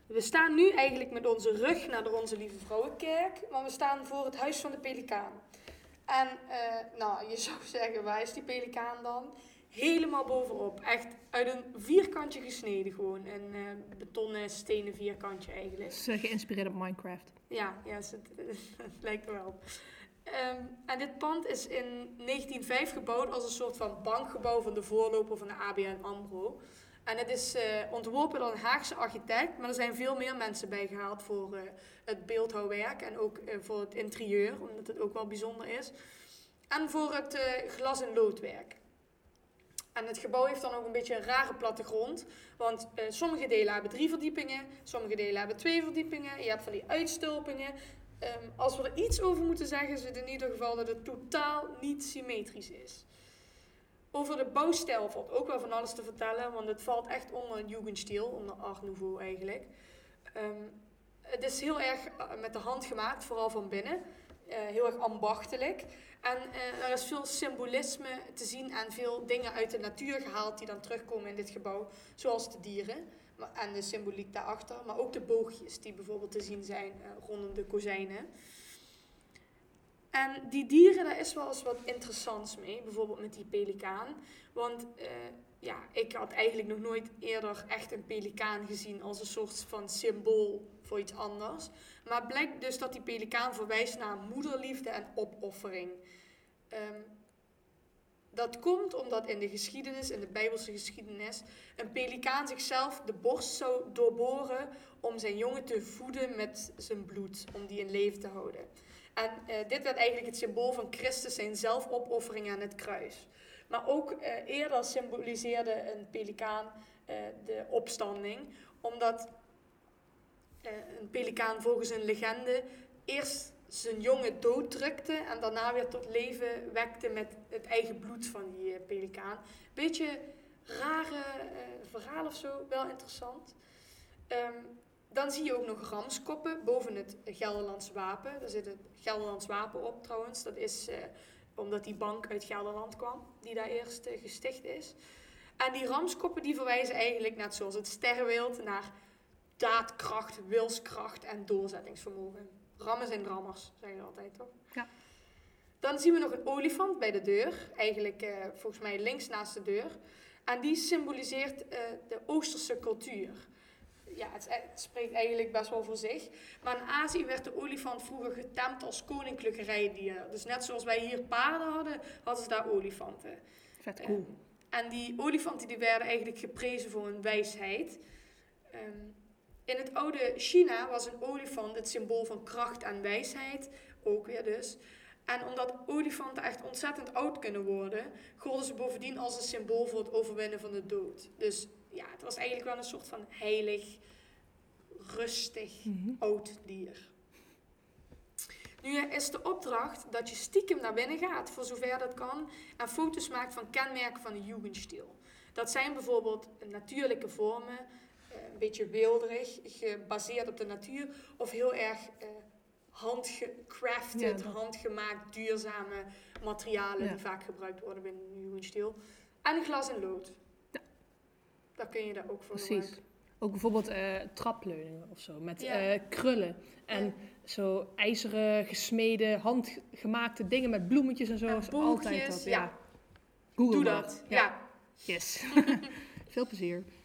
We staan nu eigenlijk met onze rug naar de Onze Lieve Vrouwenkerk, maar we staan voor het Huis van de Pelikaan. En je zou zeggen, waar is die pelikaan dan? Helemaal bovenop. Echt uit een vierkantje gesneden gewoon. Een betonnen, stenen vierkantje eigenlijk. Dat is geïnspireerd op Minecraft. Ja, het lijkt er wel op. En dit pand is in 1905 gebouwd als een soort van bankgebouw van de voorloper van de ABN AMRO. En het is ontworpen door een Haagse architect, maar er zijn veel meer mensen bij gehaald voor het beeldhouwwerk en ook voor het interieur, omdat het ook wel bijzonder is. En voor het glas- en loodwerk. En het gebouw heeft dan ook een beetje een rare plattegrond, want sommige delen hebben 3 verdiepingen, sommige delen hebben 2 verdiepingen, je hebt van die uitstulpingen. Als we er iets over moeten zeggen, is het in ieder geval dat het totaal niet symmetrisch is. Over de bouwstijl valt ook wel van alles te vertellen, want het valt echt onder het Jugendstil, onder Art Nouveau eigenlijk. Het is heel erg met de hand gemaakt, vooral van binnen. Heel erg ambachtelijk. En er is veel symbolisme te zien en veel dingen uit de natuur gehaald die dan terugkomen in dit gebouw. Zoals de dieren en de symboliek daarachter. Maar ook de boogjes die bijvoorbeeld te zien zijn rondom de kozijnen. En die dieren, daar is wel eens wat interessants mee. Bijvoorbeeld met die pelikaan. Want ik had eigenlijk nog nooit eerder echt een pelikaan gezien als een soort van symbool voor iets anders. Maar het blijkt dus dat die pelikaan verwijst naar moederliefde en opoffering. Dat komt omdat in de geschiedenis, in de Bijbelse geschiedenis, een pelikaan zichzelf de borst zou doorboren om zijn jongen te voeden met zijn bloed, om die in leven te houden. En dit werd eigenlijk het symbool van Christus, zijn zelfopoffering aan het kruis. Maar ook eerder symboliseerde een pelikaan de opstanding, omdat een pelikaan volgens een legende eerst zijn jongen dooddrukte en daarna weer tot leven wekte met het eigen bloed van die pelikaan. Beetje rare verhaal of zo, wel interessant. Dan zie je ook nog ramskoppen boven het Gelderlands wapen. Daar zit het Gelderlands wapen op trouwens. Dat is omdat die bank uit Gelderland kwam, die daar eerst gesticht is. En die ramskoppen die verwijzen eigenlijk, net zoals het sterrenbeeld, naar daadkracht, wilskracht en doorzettingsvermogen. Rammen zijn rammers, zeggen ze altijd, toch? Ja. Dan zien we nog een olifant bij de deur. Eigenlijk volgens mij links naast de deur. En die symboliseert de Oosterse cultuur. Ja, het spreekt eigenlijk best wel voor zich. Maar in Azië werd de olifant vroeger getemd als koninklijke rijdier. Dus net zoals wij hier paarden hadden, hadden ze daar olifanten. Vet cool. En die olifanten die werden eigenlijk geprezen voor hun wijsheid. In het oude China was een olifant het symbool van kracht en wijsheid. Ook weer dus. En omdat olifanten echt ontzettend oud kunnen worden, golden ze bovendien als een symbool voor het overwinnen van de dood. Dus ja, het was eigenlijk wel een soort van heilig, rustig, oud dier. Nu is de opdracht dat je stiekem naar binnen gaat, voor zover dat kan, en foto's maakt van kenmerken van de Jugendstil. Dat zijn bijvoorbeeld natuurlijke vormen, een beetje weelderig, gebaseerd op de natuur, of heel erg handgecrafted, handgemaakt, duurzame materialen die vaak gebruikt worden binnen de Jugendstil. En glas en lood. Ja. Daar kun je daar ook voor gebruiken. Ook bijvoorbeeld trapleuningen of zo, met krullen. En zo ijzeren, gesmeden, handgemaakte dingen met bloemetjes en zo. En altijd dat, ja. Google Doe dat, ja. Yes. Veel plezier.